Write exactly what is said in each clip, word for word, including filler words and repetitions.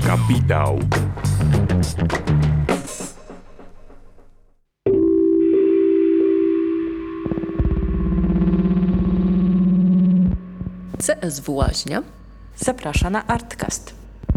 Kapitał. C S W Łaźnia zaprasza na Artcast.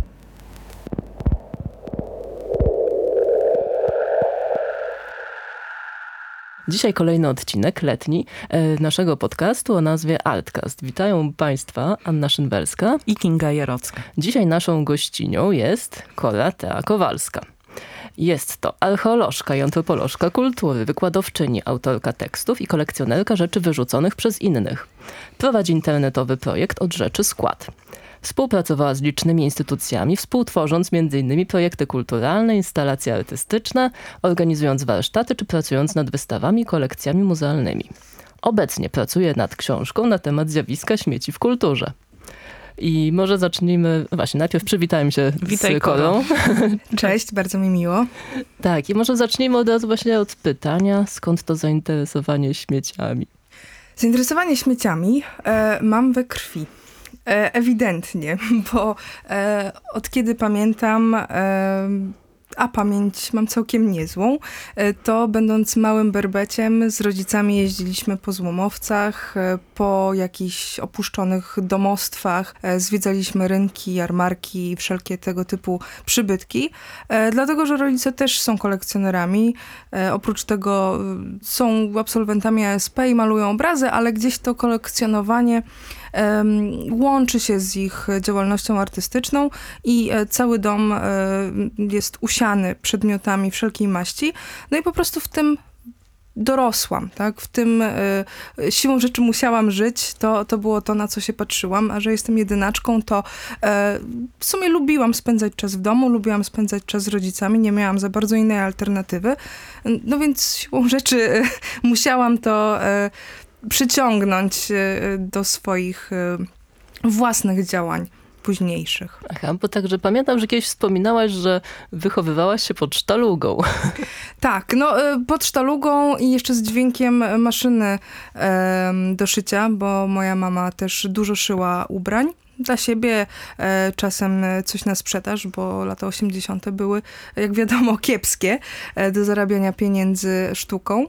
Dzisiaj kolejny odcinek letni e, naszego podcastu o nazwie Artcast. Witają Państwa Anna Szynwelska i Kinga Jarocka. Dzisiaj naszą gościnią jest Kora Tea Kowalska. Jest to archeolożka i antropolożka kultury, wykładowczyni, autorka tekstów i kolekcjonerka rzeczy wyrzuconych przez innych. Prowadzi internetowy projekt Od rzeczy skład. Współpracowała z licznymi instytucjami, współtworząc m in projekty kulturalne, instalacje artystyczne, organizując warsztaty czy pracując nad wystawami i kolekcjami muzealnymi. Obecnie pracuje nad książką na temat zjawiska śmieci w kulturze. I może zacznijmy, właśnie najpierw przywitajmy się Witaj, z Korą. Cześć, bardzo mi miło. Tak, i może zacznijmy od razu właśnie od pytania, skąd to zainteresowanie śmieciami? Zainteresowanie śmieciami e, mam we krwi. E, ewidentnie, bo e, od kiedy pamiętam, e, a pamięć mam całkiem niezłą, e, to będąc małym berbeciem z rodzicami jeździliśmy po złomowcach, e, po jakichś opuszczonych domostwach, e, zwiedzaliśmy rynki, jarmarki i wszelkie tego typu przybytki, e, dlatego, że rodzice też są kolekcjonerami. E, oprócz tego są absolwentami A S P i malują obrazy, ale gdzieś to kolekcjonowanie łączy się z ich działalnością artystyczną i cały dom jest usiany przedmiotami wszelkiej maści. No i po prostu w tym dorosłam, tak? W tym siłą rzeczy musiałam żyć. To, to było to, na co się patrzyłam. A że jestem jedynaczką, to w sumie lubiłam spędzać czas w domu, lubiłam spędzać czas z rodzicami. Nie miałam za bardzo innej alternatywy. No więc siłą rzeczy musiałam to przyciągnąć do swoich własnych działań późniejszych. Aha, bo także pamiętam, że kiedyś wspominałaś, że wychowywałaś się pod sztalugą. Tak, no pod sztalugą i jeszcze z dźwiękiem maszyny e, do szycia, bo moja mama też dużo szyła ubrań dla siebie, e, czasem coś na sprzedaż, bo lata osiemdziesiąte były, jak wiadomo, kiepskie e, do zarabiania pieniędzy sztuką.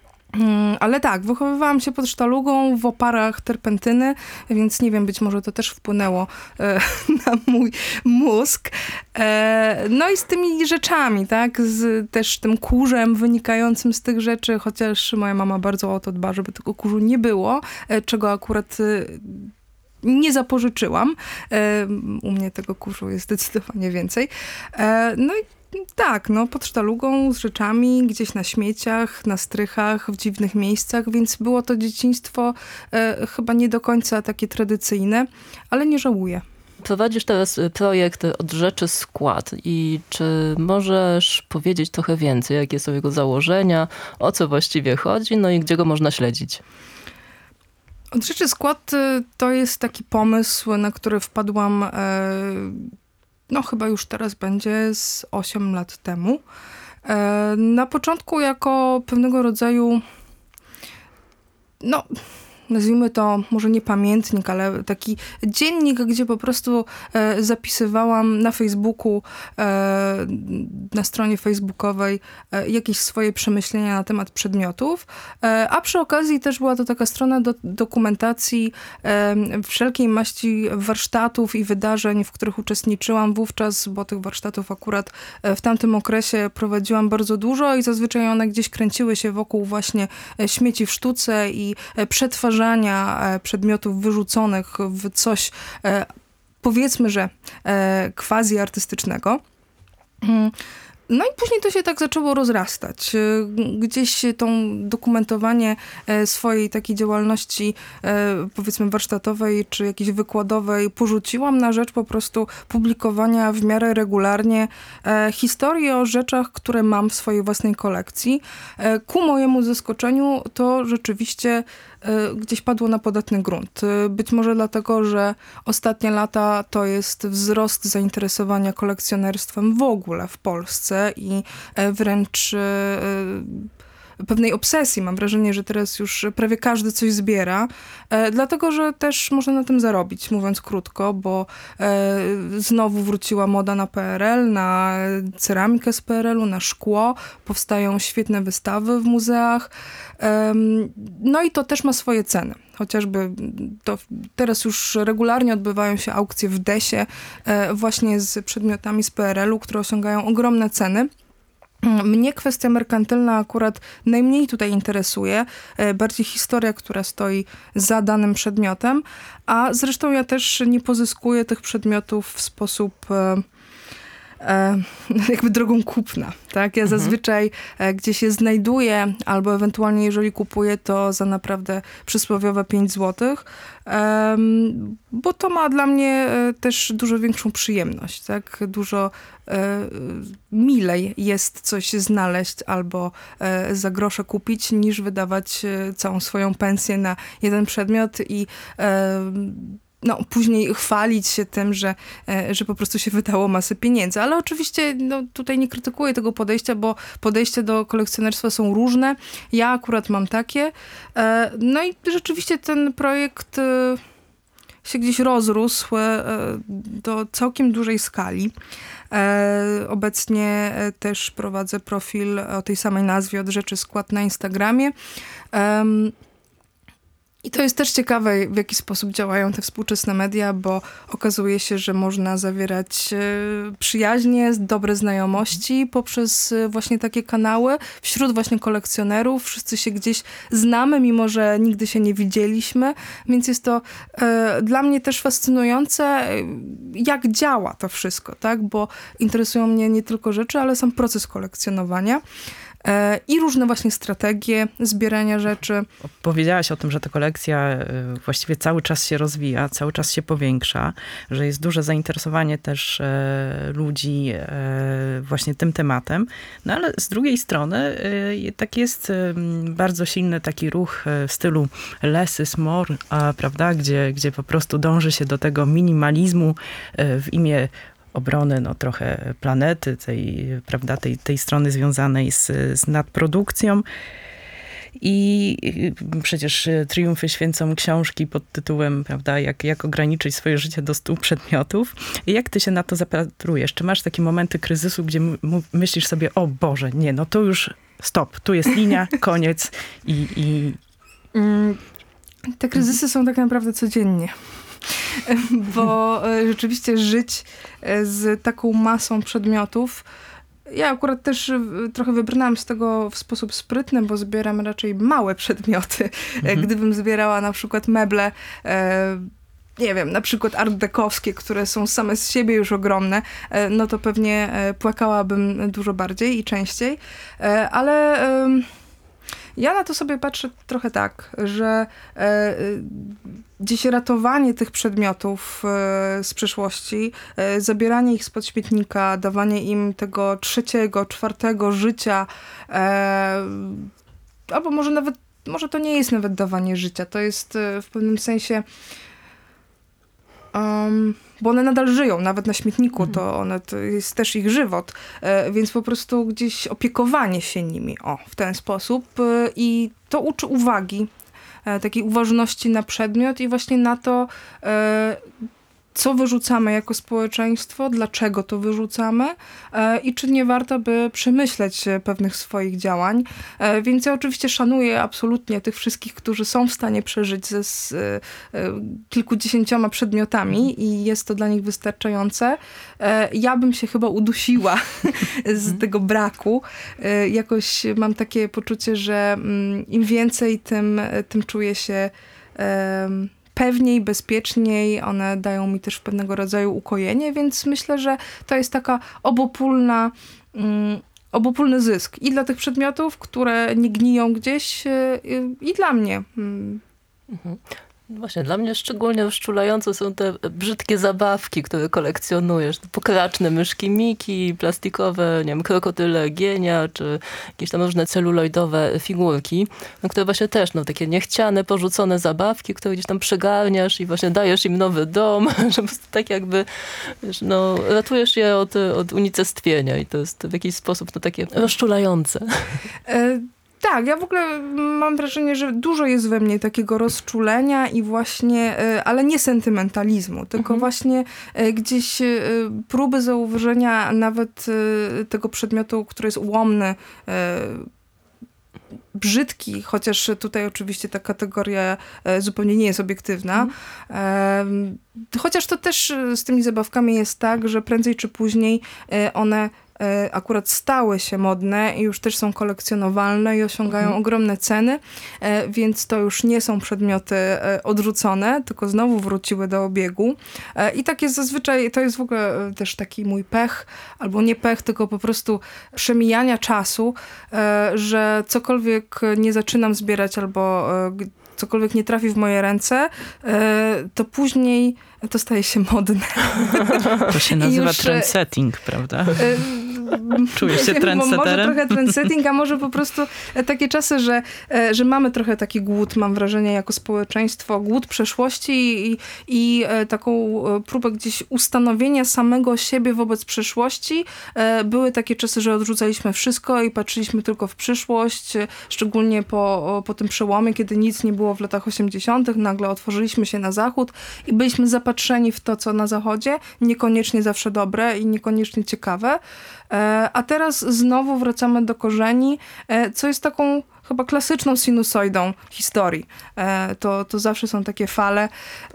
Ale tak, wychowywałam się pod sztalugą w oparach terpentyny, więc nie wiem, być może to też wpłynęło e, na mój mózg. E, no i z tymi rzeczami, tak, z też tym kurzem wynikającym z tych rzeczy, chociaż moja mama bardzo o to dba, żeby tego kurzu nie było, e, czego akurat e, nie zapożyczyłam. E, u mnie tego kurzu jest zdecydowanie więcej. E, no i tak, no pod sztalugą, z rzeczami, gdzieś na śmieciach, na strychach, w dziwnych miejscach, więc było to dzieciństwo e, chyba nie do końca takie tradycyjne, ale nie żałuję. Prowadzisz teraz projekt Od rzeczy skład i czy możesz powiedzieć trochę więcej, jakie są jego założenia, o co właściwie chodzi, no i gdzie go można śledzić? Od rzeczy skład to jest taki pomysł, na który wpadłam e, no chyba już teraz będzie z osiem lat temu. E, na początku jako pewnego rodzaju, no nazwijmy to może nie pamiętnik, ale taki dziennik, gdzie po prostu e, zapisywałam na Facebooku, e, na stronie facebookowej e, jakieś swoje przemyślenia na temat przedmiotów, e, a przy okazji też była to taka strona do dokumentacji e, wszelkiej maści warsztatów i wydarzeń, w których uczestniczyłam wówczas, bo tych warsztatów akurat e, w tamtym okresie prowadziłam bardzo dużo i zazwyczaj one gdzieś kręciły się wokół właśnie e, śmieci w sztuce i e, przetwarzania przedmiotów wyrzuconych w coś, powiedzmy, że quasi artystycznego. No i później to się tak zaczęło rozrastać. Gdzieś to dokumentowanie swojej takiej działalności, powiedzmy warsztatowej czy jakiejś wykładowej porzuciłam na rzecz po prostu publikowania w miarę regularnie historii o rzeczach, które mam w swojej własnej kolekcji. Ku mojemu zaskoczeniu to rzeczywiście gdzieś padło na podatny grunt. Być może dlatego, że ostatnie lata to jest wzrost zainteresowania kolekcjonerstwem w ogóle w Polsce i wręcz pewnej obsesji. Mam wrażenie, że teraz już prawie każdy coś zbiera, e, dlatego, że też można na tym zarobić, mówiąc krótko, bo e, znowu wróciła moda na P R L, na ceramikę z P R L u, na szkło. Powstają świetne wystawy w muzeach. E, no i to też ma swoje ceny. Chociażby to teraz już regularnie odbywają się aukcje w desie e, właśnie z przedmiotami z P R L u, które osiągają ogromne ceny. Mnie kwestia merkantylna akurat najmniej tutaj interesuje, bardziej historia, która stoi za danym przedmiotem, a zresztą ja też nie pozyskuję tych przedmiotów w sposób e, e, jakby drogą kupna. Tak? Ja mhm. zazwyczaj e, gdzieś je znajduję, albo ewentualnie jeżeli kupuję, to za naprawdę przysłowiowe pięć złotych, e, bo to ma dla mnie e, też dużo większą przyjemność. Tak? Dużo e, milej jest coś znaleźć albo e, za grosze kupić, niż wydawać e, całą swoją pensję na jeden przedmiot i e, no, później chwalić się tym, że, że po prostu się wydało masę pieniędzy. Ale oczywiście no, tutaj nie krytykuję tego podejścia, bo podejścia do kolekcjonerstwa są różne. Ja akurat mam takie. No i rzeczywiście ten projekt się gdzieś rozrósł do całkiem dużej skali. Obecnie też prowadzę profil o tej samej nazwie Od rzeczy skład na Instagramie. I to jest też ciekawe, w jaki sposób działają te współczesne media, bo okazuje się, że można zawierać przyjaźnie, dobre znajomości poprzez właśnie takie kanały wśród właśnie kolekcjonerów. Wszyscy się gdzieś znamy, mimo że nigdy się nie widzieliśmy, więc jest to e, dla mnie też fascynujące, jak działa to wszystko, tak? Bo interesują mnie nie tylko rzeczy, ale sam proces kolekcjonowania. I różne właśnie strategie zbierania rzeczy. Powiedziałaś o tym, że ta kolekcja właściwie cały czas się rozwija, cały czas się powiększa, że jest duże zainteresowanie też ludzi właśnie tym tematem. No ale z drugiej strony tak jest bardzo silny taki ruch w stylu less is more, prawda, gdzie, gdzie po prostu dąży się do tego minimalizmu w imię obrony no, trochę planety, tej, prawda, tej, tej strony związanej z, z nadprodukcją. I przecież triumfy święcą książki pod tytułem, prawda, jak, jak ograniczyć swoje życie do stu przedmiotów. I jak ty się na to zapatrujesz? Czy masz takie momenty kryzysu, gdzie m- myślisz sobie, o Boże, nie, no to już stop, tu jest linia, koniec i... i... Mm, te kryzysy są tak naprawdę codziennie. Bo rzeczywiście żyć z taką masą przedmiotów. Ja akurat też trochę wybrnęłam z tego w sposób sprytny, bo zbieram raczej małe przedmioty. Mhm. Gdybym zbierała na przykład meble, nie wiem, na przykład art dekowskie, które są same z siebie już ogromne, no to pewnie płakałabym dużo bardziej i częściej. Ale ja na to sobie patrzę trochę tak, że e, gdzieś ratowanie tych przedmiotów e, z przeszłości, e, zabieranie ich spod śmietnika, dawanie im tego trzeciego, czwartego życia, e, albo może nawet, może to nie jest nawet dawanie życia, to jest e, w pewnym sensie Um, bo one nadal żyją, nawet na śmietniku, mhm. to, one, to jest też ich żywot, e, więc po prostu gdzieś opiekowanie się nimi, o, w ten sposób e, i to uczy uwagi, e, takiej uważności na przedmiot i właśnie na to, e, co wyrzucamy jako społeczeństwo, dlaczego to wyrzucamy e, i czy nie warto by przemyśleć pewnych swoich działań. E, więc ja oczywiście szanuję absolutnie tych wszystkich, którzy są w stanie przeżyć ze z, e, kilkudziesięcioma przedmiotami i jest to dla nich wystarczające. E, ja bym się chyba udusiła z tego braku. E, jakoś mam takie poczucie, że mm, im więcej, tym, tym czuję się e, pewniej, bezpieczniej, one dają mi też pewnego rodzaju ukojenie, więc myślę, że to jest taka obopólna, um, obopólny zysk i dla tych przedmiotów, które nie gniją gdzieś i, i dla mnie. Mhm. Właśnie, dla mnie szczególnie rozczulające są te brzydkie zabawki, które kolekcjonujesz. Pokraczne myszki Miki, plastikowe, nie wiem, krokodyle Gienia, czy jakieś tam różne celuloidowe figurki, no, które właśnie też, no, takie niechciane, porzucone zabawki, które gdzieś tam przegarniasz i właśnie dajesz im nowy dom, że po prostu tak jakby, wiesz, no, ratujesz je od, od unicestwienia i to jest w jakiś sposób, no, takie rozczulające. Tak, ja w ogóle mam wrażenie, że dużo jest we mnie takiego rozczulenia i właśnie, ale nie sentymentalizmu, tylko mhm. właśnie gdzieś próby zauważenia nawet tego przedmiotu, który jest ułomny, brzydki, chociaż tutaj oczywiście ta kategoria zupełnie nie jest obiektywna. Mhm. Chociaż to też z tymi zabawkami jest tak, że prędzej czy później one akurat stały się modne i już też są kolekcjonowalne i osiągają mhm. ogromne ceny, więc to już nie są przedmioty odrzucone, tylko znowu wróciły do obiegu. I tak jest zazwyczaj, to jest w ogóle też taki mój pech, albo nie pech, tylko po prostu przemijania czasu, że cokolwiek nie zaczynam zbierać albo cokolwiek nie trafi w moje ręce, to później to staje się modne. To się nazywa już trendsetting, prawda? Czujesz się trendsetterem? Może trochę trendsetting, a może po prostu takie czasy, że, że mamy trochę taki głód, mam wrażenie, jako społeczeństwo, głód przeszłości i, i taką próbę gdzieś ustanowienia samego siebie wobec przyszłości. Były takie czasy, że odrzucaliśmy wszystko i patrzyliśmy tylko w przyszłość, szczególnie po, po tym przełomie, kiedy nic nie było w latach osiemdziesiątych. Nagle otworzyliśmy się na zachód i byliśmy zapatrzeni w to, co na zachodzie, niekoniecznie zawsze dobre i niekoniecznie ciekawe. A teraz znowu wracamy do korzeni, co jest taką chyba klasyczną sinusoidą historii. To, to zawsze są takie fale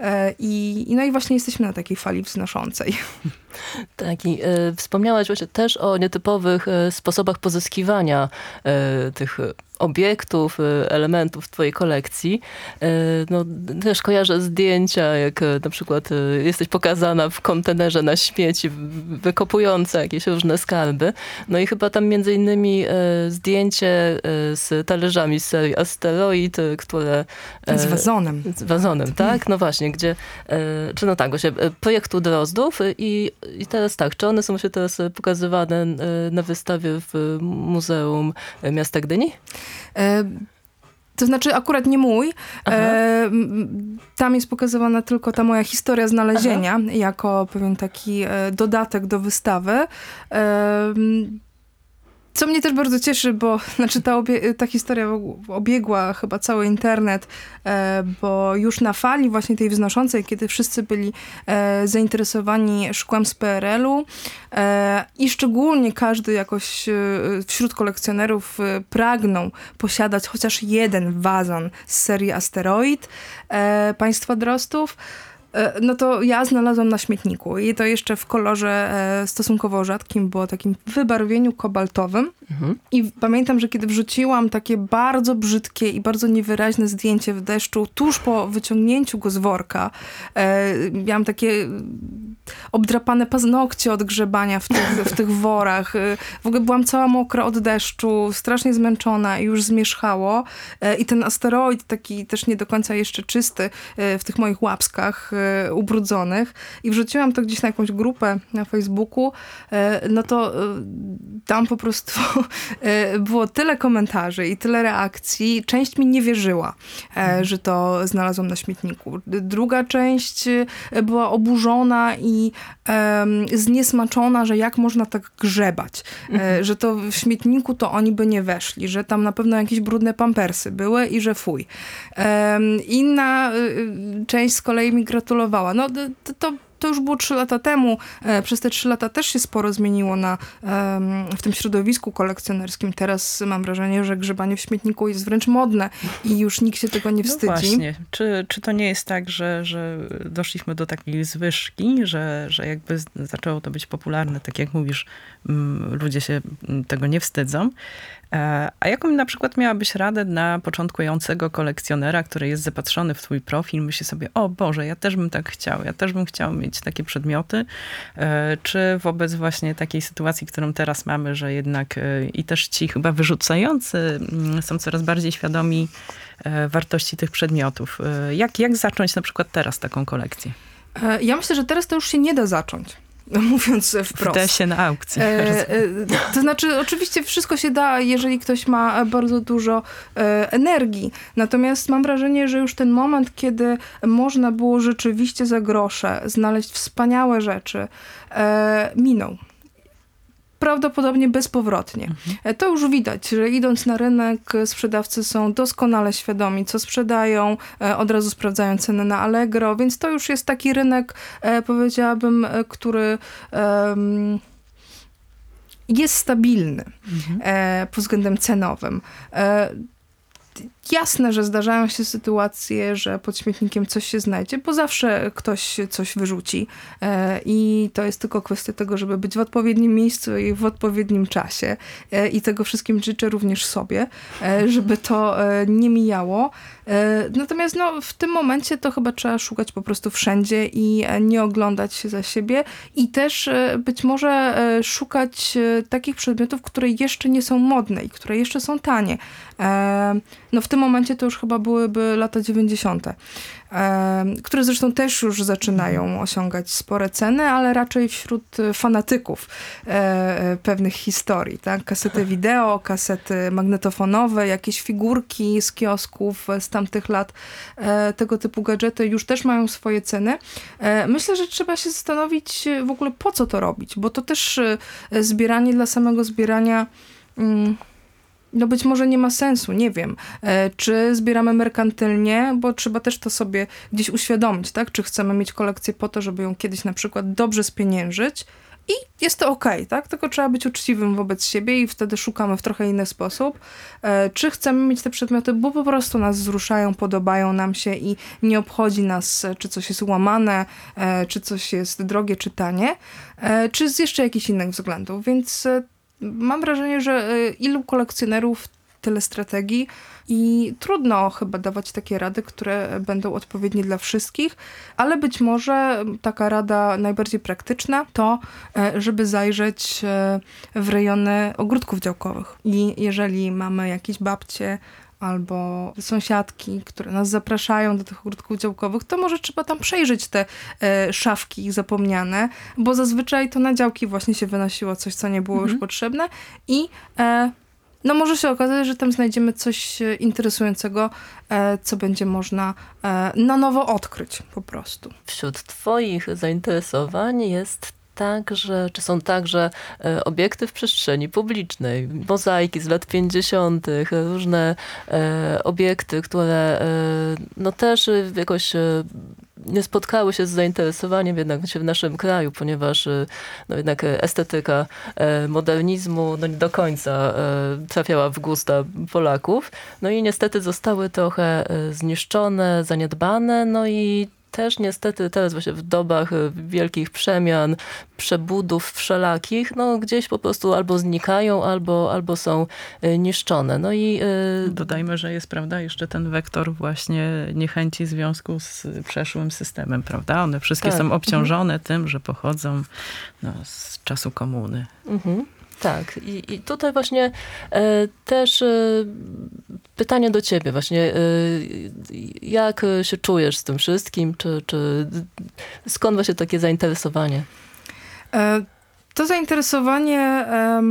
i, no i właśnie jesteśmy na takiej fali wznoszącej. Tak, i y, wspomniałaś właśnie też o nietypowych y, sposobach pozyskiwania y, tych obiektów, y, elementów w twojej kolekcji. Y, no, też kojarzę zdjęcia, jak y, na przykład y, jesteś pokazana w kontenerze na śmieci, wykopujące jakieś różne skarby. No i chyba tam między innymi y, zdjęcie y, z talerzami z serii Asteroid, y, które... Y, z wazonem. Z wazonem, tak? No właśnie, gdzie... Y, czy no tak, właśnie y, projektu Drozdów y, i I teraz tak, czy one są się teraz pokazywane na wystawie w Muzeum Miasta Gdyni? E, to znaczy akurat nie mój. E, tam jest pokazywana tylko ta moja historia znalezienia, Aha. jako pewien taki dodatek do wystawy. E, Co mnie też bardzo cieszy, bo znaczy ta, obie, ta historia obiegła chyba cały internet, e, bo już na fali właśnie tej wznoszącej, kiedy wszyscy byli e, zainteresowani szkłem z P R L-u e, i szczególnie każdy jakoś e, wśród kolekcjonerów e, pragnął posiadać chociaż jeden wazon z serii Asteroid e, państwa Drozdów, no to ja znalazłam na śmietniku i to jeszcze w kolorze stosunkowo rzadkim, było takim wybarwieniu kobaltowym. Mhm. I pamiętam, że kiedy wrzuciłam takie bardzo brzydkie i bardzo niewyraźne zdjęcie w deszczu, tuż po wyciągnięciu go z worka, e, miałam takie obdrapane paznokcie od grzebania w tych, w tych worach. W ogóle byłam cała mokra od deszczu, strasznie zmęczona i już zmierzchało. E, I ten asteroid, taki też nie do końca jeszcze czysty, e, w tych moich łapskach e, ubrudzonych. I wrzuciłam to gdzieś na jakąś grupę na Facebooku. E, no to e, tam po prostu było tyle komentarzy i tyle reakcji. Część mi nie wierzyła, mhm. że to znalazłam na śmietniku. Druga część była oburzona i um, zniesmaczona, że jak można tak grzebać. Mhm. Że to w śmietniku to oni by nie weszli, że tam na pewno jakieś brudne pampersy były i że fuj. Um, inna część z kolei mi gratulowała. No to, to To już było trzy lata temu. Przez te trzy lata też się sporo zmieniło na, w tym środowisku kolekcjonerskim. Teraz mam wrażenie, że grzebanie w śmietniku jest wręcz modne i już nikt się tego nie wstydzi. No właśnie. Czy, czy to nie jest tak, że, że doszliśmy do takiej zwyżki, że, że jakby zaczęło to być popularne, tak jak mówisz, ludzie się tego nie wstydzą. A jaką na przykład miałabyś radę dla początkującego kolekcjonera, który jest zapatrzony w twój profil, myśli sobie, o Boże, ja też bym tak chciał, ja też bym chciał mieć takie przedmioty, czy wobec właśnie takiej sytuacji, którą teraz mamy, że jednak i też ci chyba wyrzucający są coraz bardziej świadomi wartości tych przedmiotów. Jak, jak zacząć na przykład teraz taką kolekcję? Ja myślę, że teraz to już się nie da zacząć. Mówiąc wprost. Wda się na aukcję. E, e, to znaczy, oczywiście wszystko się da, jeżeli ktoś ma bardzo dużo e, energii. Natomiast mam wrażenie, że już ten moment, kiedy można było rzeczywiście za grosze znaleźć wspaniałe rzeczy, e, minął. prawdopodobnie bezpowrotnie. Mhm. To już widać, że idąc na rynek, sprzedawcy są doskonale świadomi, co sprzedają, od razu sprawdzają ceny na Allegro, więc to już jest taki rynek, powiedziałabym, który um, jest stabilny mhm. e, pod względem cenowym. E, Jasne, że zdarzają się sytuacje, że pod śmietnikiem coś się znajdzie, bo zawsze ktoś coś wyrzuci e, i to jest tylko kwestia tego, żeby być w odpowiednim miejscu i w odpowiednim czasie e, i tego wszystkim życzę również sobie, e, żeby to e, nie mijało. E, natomiast no, w tym momencie to chyba trzeba szukać po prostu wszędzie i e, nie oglądać się za siebie i też e, być może e, szukać e, takich przedmiotów, które jeszcze nie są modne i które jeszcze są tanie. E, no w tym momencie to już chyba byłyby lata dziewięćdziesiąte, e, które zresztą też już zaczynają osiągać spore ceny, ale raczej wśród fanatyków e, pewnych historii. Tak? Kasety wideo, kasety magnetofonowe, jakieś figurki z kiosków z tamtych lat, e, tego typu gadżety już też mają swoje ceny. E, myślę, że trzeba się zastanowić w ogóle po co to robić, bo to też e, zbieranie dla samego zbierania mm, no być może nie ma sensu, nie wiem. E, czy zbieramy merkantylnie, bo trzeba też to sobie gdzieś uświadomić, tak? Czy chcemy mieć kolekcję po to, żeby ją kiedyś na przykład dobrze spieniężyć i jest to okej, tak? Tylko trzeba być uczciwym wobec siebie i wtedy szukamy w trochę inny sposób. E, czy chcemy mieć te przedmioty, bo po prostu nas wzruszają, podobają nam się i nie obchodzi nas, czy coś jest łamane, e, czy coś jest drogie, czy tanie, e, czy z jeszcze jakichś innych względów, więc e, mam wrażenie, że ilu kolekcjonerów, tyle strategii i trudno chyba dawać takie rady, które będą odpowiednie dla wszystkich, ale być może taka rada najbardziej praktyczna to, żeby zajrzeć w rejony ogródków działkowych. I jeżeli mamy jakieś babcie albo sąsiadki, które nas zapraszają do tych ogródków działkowych, to może trzeba tam przejrzeć te e, szafki zapomniane, bo zazwyczaj to na działki właśnie się wynosiło coś, co nie było mhm. już potrzebne i e, no może się okazać, że tam znajdziemy coś interesującego, e, co będzie można e, na nowo odkryć po prostu. Wśród twoich zainteresowań jest także, czy są także e, obiekty w przestrzeni publicznej, mozaiki z lat pięćdziesiątych, różne e, obiekty, które e, no też jakoś e, nie spotkały się z zainteresowaniem jednak w naszym kraju, ponieważ no jednak estetyka e, modernizmu no nie do końca e, trafiała w gusta Polaków. No i niestety zostały trochę e, zniszczone, zaniedbane, no i też niestety teraz właśnie w dobach wielkich przemian, przebudów wszelakich, no gdzieś po prostu albo znikają, albo, albo są niszczone. No i yy... dodajmy, że jest, prawda, jeszcze ten wektor właśnie niechęci w związku z przeszłym systemem, prawda? One wszystkie tak. są obciążone mhm. tym, że pochodzą no, z czasu komuny. Mhm. Tak. I, I tutaj właśnie e, też e, pytanie do ciebie właśnie. E, jak się czujesz z tym wszystkim? Czy, czy skąd właśnie takie zainteresowanie? E, to zainteresowanie e,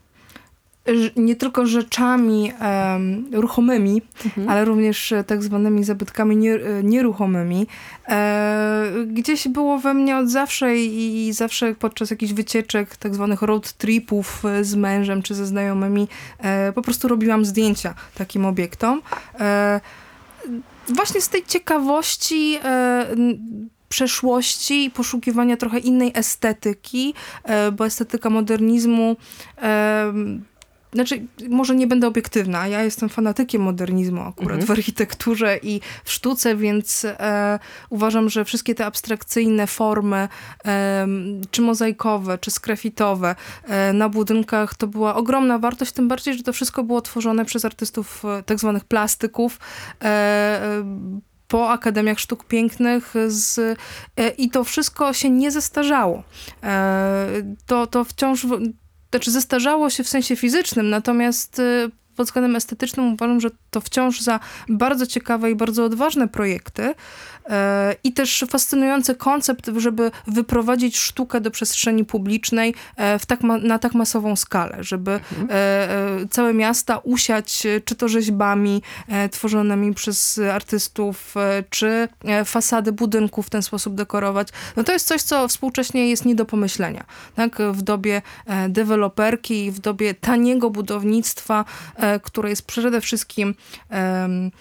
nie tylko rzeczami e, ruchomymi, mhm. ale również tak zwanymi zabytkami nie, nieruchomymi. E, gdzieś było we mnie od zawsze i, i zawsze podczas jakichś wycieczek, tak zwanych road tripów z mężem czy ze znajomymi, e, po prostu robiłam zdjęcia takim obiektom. E, właśnie z tej ciekawości e, przeszłości i poszukiwania trochę innej estetyki, e, bo estetyka modernizmu e, Znaczy, może nie będę obiektywna, ja jestem fanatykiem modernizmu akurat mhm. w architekturze i w sztuce, więc e, uważam, że wszystkie te abstrakcyjne formy, e, czy mozaikowe, czy sgrafitowe e, na budynkach to była ogromna wartość, tym bardziej, że to wszystko było tworzone przez artystów e, tak zwanych plastyków, e, e, po Akademiach Sztuk Pięknych z, e, i to wszystko się nie zestarzało. E, to, to wciąż... Znaczy zestarzało się w sensie fizycznym, natomiast pod względem estetycznym uważam, że to wciąż za bardzo ciekawe i bardzo odważne projekty e, i też fascynujący koncept, żeby wyprowadzić sztukę do przestrzeni publicznej e, w tak ma, na tak masową skalę, żeby mhm. e, e, całe miasta usiać czy to rzeźbami e, tworzonymi przez artystów, e, czy e, fasady budynków w ten sposób dekorować. No to jest coś, co współcześnie jest nie do pomyślenia. Tak? W dobie e, deweloperki, w dobie taniego budownictwa, e, które jest przede wszystkim Um,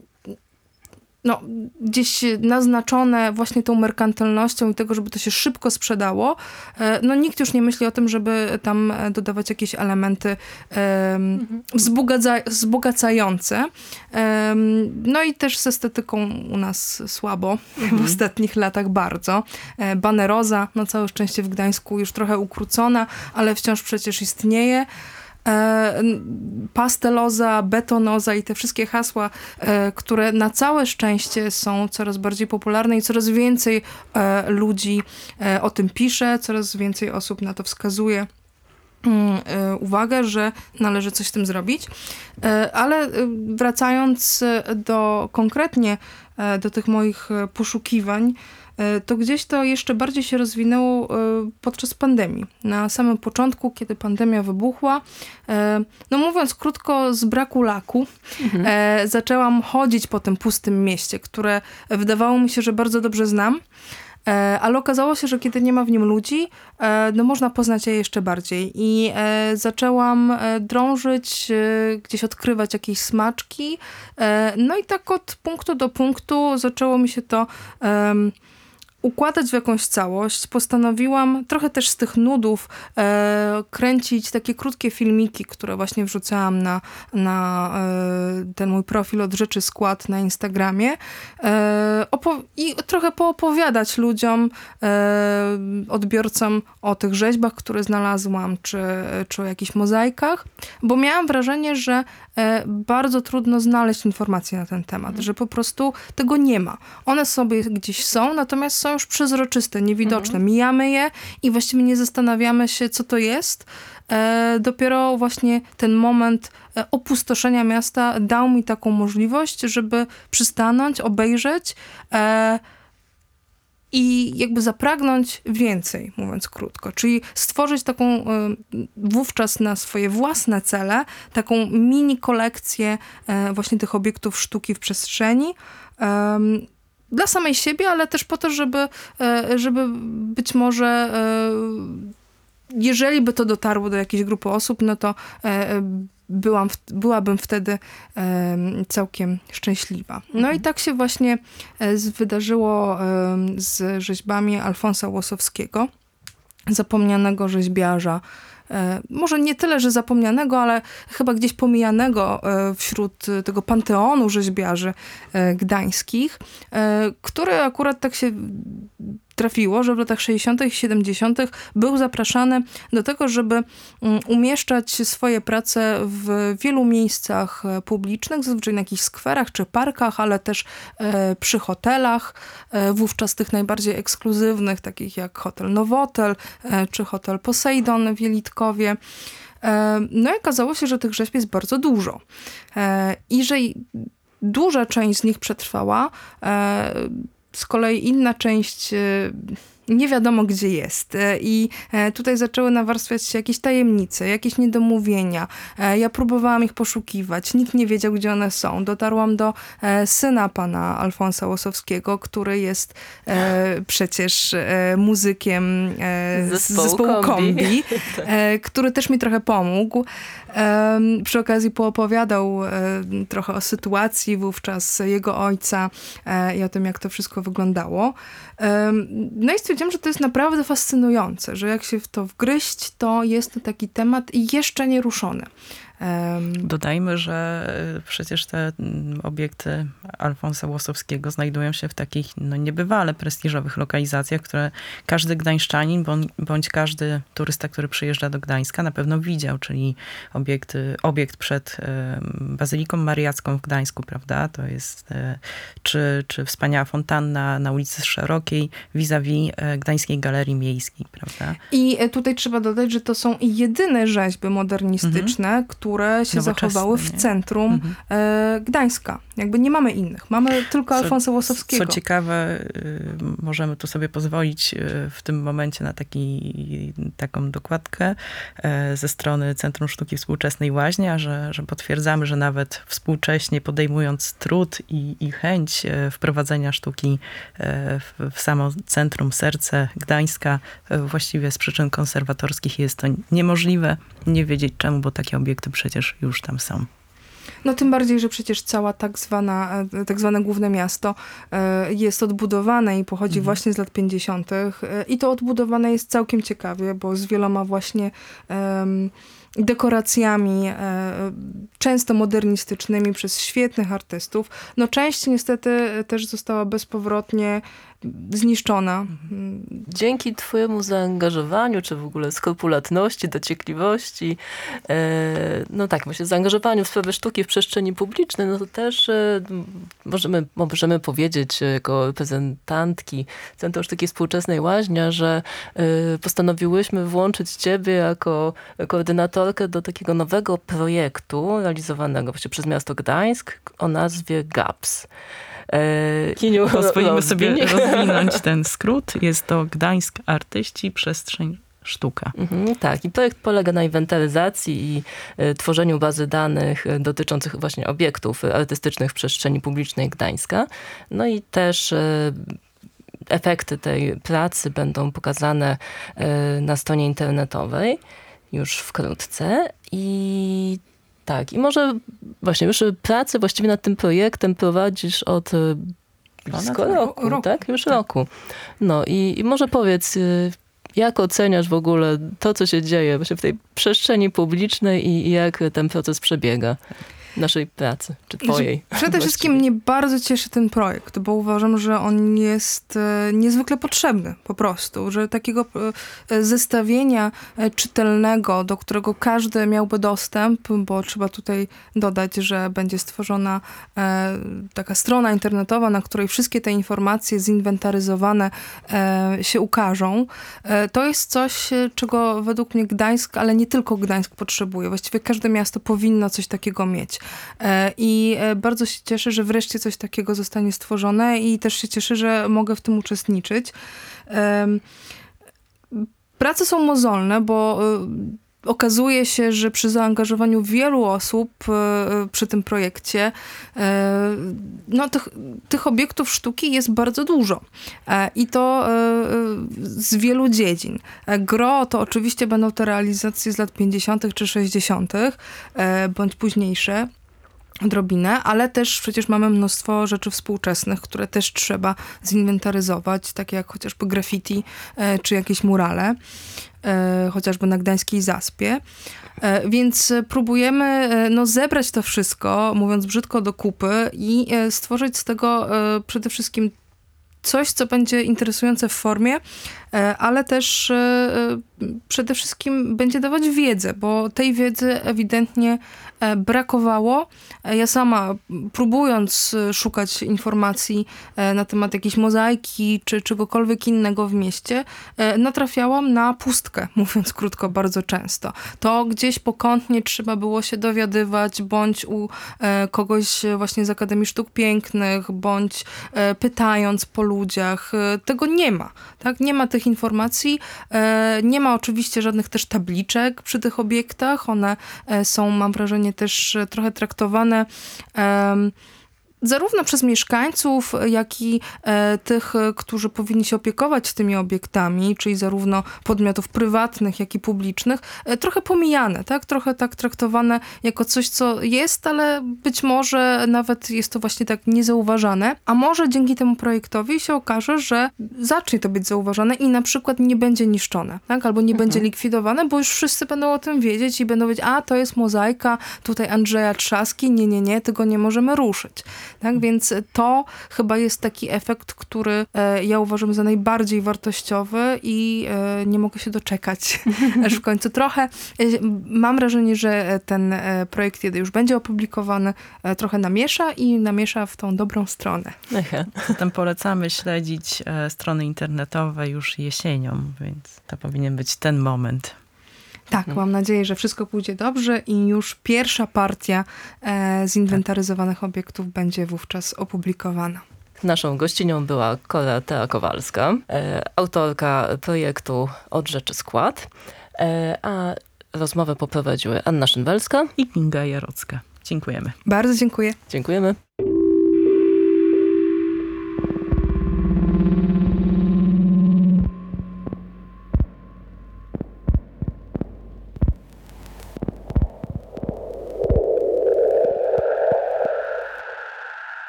no, gdzieś naznaczone właśnie tą merkantylnością i tego, żeby to się szybko sprzedało, no nikt już nie myśli o tym, żeby tam dodawać jakieś elementy um, mhm. wzbogaca- wzbogacające. Um, no i też z estetyką u nas słabo mhm. w ostatnich latach bardzo. Baneroza, no całe szczęście w Gdańsku już trochę ukrócona, ale wciąż przecież istnieje. E, pasteloza, betonoza i te wszystkie hasła, e, które na całe szczęście są coraz bardziej popularne i coraz więcej e, ludzi e, o tym pisze, coraz więcej osób na to wskazuje e, uwagę, że należy coś z tym zrobić. E, ale wracając do konkretnie e, do tych moich poszukiwań, to gdzieś to jeszcze bardziej się rozwinęło podczas pandemii. Na samym początku, kiedy pandemia wybuchła, no mówiąc krótko, z braku laku, mhm. zaczęłam chodzić po tym pustym mieście, które wydawało mi się, że bardzo dobrze znam, ale okazało się, że kiedy nie ma w nim ludzi, no można poznać je jeszcze bardziej. I zaczęłam drążyć, gdzieś odkrywać jakieś smaczki. No i tak od punktu do punktu zaczęło mi się to układać w jakąś całość. Postanowiłam trochę też z tych nudów e, kręcić takie krótkie filmiki, które właśnie wrzucałam na, na e, ten mój profil Od Rzeczy Skład na Instagramie e, opo- i trochę poopowiadać ludziom, e, odbiorcom o tych rzeźbach, które znalazłam, czy, czy o jakichś mozaikach, bo miałam wrażenie, że e, bardzo trudno znaleźć informacje na ten temat, że po prostu tego nie ma. One sobie gdzieś są, natomiast są już przezroczyste, niewidoczne. Mhm. Mijamy je i właściwie nie zastanawiamy się, co to jest. E, dopiero właśnie ten moment e, opustoszenia miasta dał mi taką możliwość, żeby przystanąć, obejrzeć e, i jakby zapragnąć więcej, mówiąc krótko. Czyli stworzyć taką e, wówczas na swoje własne cele, taką mini kolekcję e, właśnie tych obiektów sztuki w przestrzeni, e, dla samej siebie, ale też po to, żeby, żeby być może, jeżeli by to dotarło do jakiejś grupy osób, no to byłam, byłabym wtedy całkiem szczęśliwa. No i tak się właśnie wydarzyło z rzeźbami Alfonsa Łosowskiego, zapomnianego rzeźbiarza. Może nie tyle, że zapomnianego, ale chyba gdzieś pomijanego wśród tego panteonu rzeźbiarzy gdańskich, który akurat tak się trafiło, że w latach sześćdziesiątych i siedemdziesiątych był zapraszany do tego, żeby umieszczać swoje prace w wielu miejscach publicznych, zazwyczaj na jakichś skwerach czy parkach, ale też przy hotelach, wówczas tych najbardziej ekskluzywnych, takich jak Hotel Nowotel czy Hotel Poseidon w Jelitkowie. No i okazało się, że tych rzeźb jest bardzo dużo. I że duża część z nich przetrwała, z kolei inna część nie wiadomo gdzie jest. I tutaj zaczęły nawarstwiać się jakieś tajemnice, jakieś niedomówienia. Ja próbowałam ich poszukiwać. Nikt nie wiedział, gdzie one są. Dotarłam do syna pana Alfonsa Łosowskiego, który jest przecież muzykiem zespołu, zespołu Kombi, Kombi. który też mi trochę pomógł. Przy okazji poopowiadał trochę o sytuacji wówczas jego ojca i o tym, jak to wszystko wyglądało. No i stwierdziłam, że to jest naprawdę fascynujące, że jak się w to wgryźć, to jest to taki temat jeszcze nieruszony. Dodajmy, że przecież te obiekty Alfonsa Łosowskiego znajdują się w takich no, niebywale prestiżowych lokalizacjach, które każdy gdańszczanin bądź, bądź każdy turysta, który przyjeżdża do Gdańska, na pewno widział, czyli obiekt, obiekt przed Bazyliką Mariacką w Gdańsku, prawda? To jest czy, czy wspaniała fontanna na ulicy Szerokiej vis-a-vis Gdańskiej Galerii Miejskiej, prawda? I tutaj trzeba dodać, że to są jedyne rzeźby modernistyczne, mhm. które które się Nowoczesne, zachowały w nie? centrum Mhm. e, Gdańska. Jakby nie mamy innych. Mamy tylko Co- Alfonsa Łosowskiego. Co ciekawe, y, możemy tu sobie pozwolić y, w tym momencie na taki, taką dokładkę e, ze strony Centrum Sztuki Współczesnej Łaźnia, że, że potwierdzamy, że nawet współcześnie podejmując trud i, i chęć e, wprowadzenia sztuki e, w, w samo centrum, serce Gdańska, e, właściwie z przyczyn konserwatorskich jest to niemożliwe. Nie wiedzieć czemu, bo takie obiekty przecież już tam są. No tym bardziej, że przecież cała tak zwana, e, tak zwane główne miasto e, jest odbudowane i pochodzi Mhm. właśnie z lat pięćdziesiątych. E, I to odbudowane jest całkiem ciekawie, bo z wieloma właśnie em, dekoracjami, e, często modernistycznymi przez świetnych artystów. No część niestety też została bezpowrotnie zniszczona. Dzięki twojemu zaangażowaniu, czy w ogóle skrupulatności, dociekliwości, e, no tak, właśnie zaangażowaniu w sprawy sztuki w przestrzeni publicznej, no to też e, możemy, możemy powiedzieć jako reprezentantki Centrum Sztuki Współczesnej Łaźnia, że e, postanowiłyśmy włączyć ciebie jako koordynatorkę do takiego nowego projektu realizowanego właśnie przez miasto Gdańsk o nazwie GAPS. E, Kiniu, Pozwolimy sobie rozwiń. rozwinąć ten skrót. Jest to Gdańsk Artyści, Przestrzeń, Sztuka. Mhm, tak, i projekt polega na inwentaryzacji i y, tworzeniu bazy danych y, dotyczących właśnie obiektów artystycznych w przestrzeni publicznej Gdańska. No i też y, efekty tej pracy będą pokazane y, na stronie internetowej już wkrótce. I tak, i może właśnie już pracę właściwie nad tym projektem prowadzisz od y, blisko Ponad roku, roku. tak? Już Tak. roku. No i, i może powiedz, y, jak oceniasz w ogóle to, co się dzieje właśnie w tej przestrzeni publicznej i, i jak ten proces przebiega naszej pracy, czy twojej? Znaczy, przede wszystkim mnie bardzo cieszy ten projekt, bo uważam, że on jest e, niezwykle potrzebny po prostu, że takiego e, zestawienia e, czytelnego, do którego każdy miałby dostęp, bo trzeba tutaj dodać, że będzie stworzona e, taka strona internetowa, na której wszystkie te informacje zinwentaryzowane e, się ukażą. E, to jest coś, e, czego według mnie Gdańsk, ale nie tylko Gdańsk potrzebuje. Właściwie każde miasto powinno coś takiego mieć. I bardzo się cieszę, że wreszcie coś takiego zostanie stworzone i też się cieszę, że mogę w tym uczestniczyć. Prace są mozolne, bo okazuje się, że przy zaangażowaniu wielu osób przy tym projekcie, no tych, tych obiektów sztuki jest bardzo dużo. I to z wielu dziedzin. Gro to oczywiście będą te realizacje z lat pięćdziesiątych czy sześćdziesiątych, bądź późniejsze. Odrobinę, ale też przecież mamy mnóstwo rzeczy współczesnych, które też trzeba zinwentaryzować, takie jak chociażby graffiti e, czy jakieś murale, e, chociażby na Gdańskiej Zaspie. E, więc próbujemy e, no, zebrać to wszystko, mówiąc brzydko, do kupy i e, stworzyć z tego e, przede wszystkim coś, co będzie interesujące w formie, ale też przede wszystkim będzie dawać wiedzę, bo tej wiedzy ewidentnie brakowało. Ja sama, próbując szukać informacji na temat jakiejś mozaiki czy czegokolwiek innego w mieście, natrafiałam na pustkę, mówiąc krótko, bardzo często. To gdzieś pokątnie trzeba było się dowiadywać, bądź u kogoś właśnie z Akademii Sztuk Pięknych, bądź pytając po ludziach. Tego nie ma. Tak? Nie ma tych informacji. Nie ma oczywiście żadnych też tabliczek przy tych obiektach. One są, mam wrażenie, też trochę traktowane um, zarówno przez mieszkańców, jak i e, tych, którzy powinni się opiekować tymi obiektami, czyli zarówno podmiotów prywatnych, jak i publicznych, e, trochę pomijane, tak? Trochę tak traktowane jako coś, co jest, ale być może nawet jest to właśnie tak niezauważane, a może dzięki temu projektowi się okaże, że zacznie to być zauważane i na przykład nie będzie niszczone, tak? Albo nie mhm. będzie likwidowane, bo już wszyscy będą o tym wiedzieć i będą wiedzieć, a to jest mozaika, tutaj Andrzeja Trzaski, nie, nie, nie, tego nie możemy ruszyć. Tak, więc to chyba jest taki efekt, który e, ja uważam za najbardziej wartościowy i e, nie mogę się doczekać, aż w końcu trochę. E, mam wrażenie, że ten e, projekt, kiedy już będzie opublikowany, e, trochę namiesza i namiesza w tą dobrą stronę. Aha. Zatem polecamy śledzić e, strony internetowe już jesienią, więc to powinien być ten moment. Tak, mam nadzieję, że wszystko pójdzie dobrze i już pierwsza partia e, zinwentaryzowanych obiektów będzie wówczas opublikowana. Naszą gościnią była Koratea Kowalska, e, autorka projektu Od rzeczy skład, e, a rozmowę poprowadziły Anna Szynwelska I Kinga Jarocka. Dziękujemy. Bardzo dziękuję. Dziękujemy.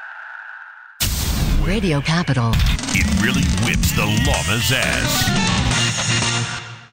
Radio Capital. It really whips the llama's ass.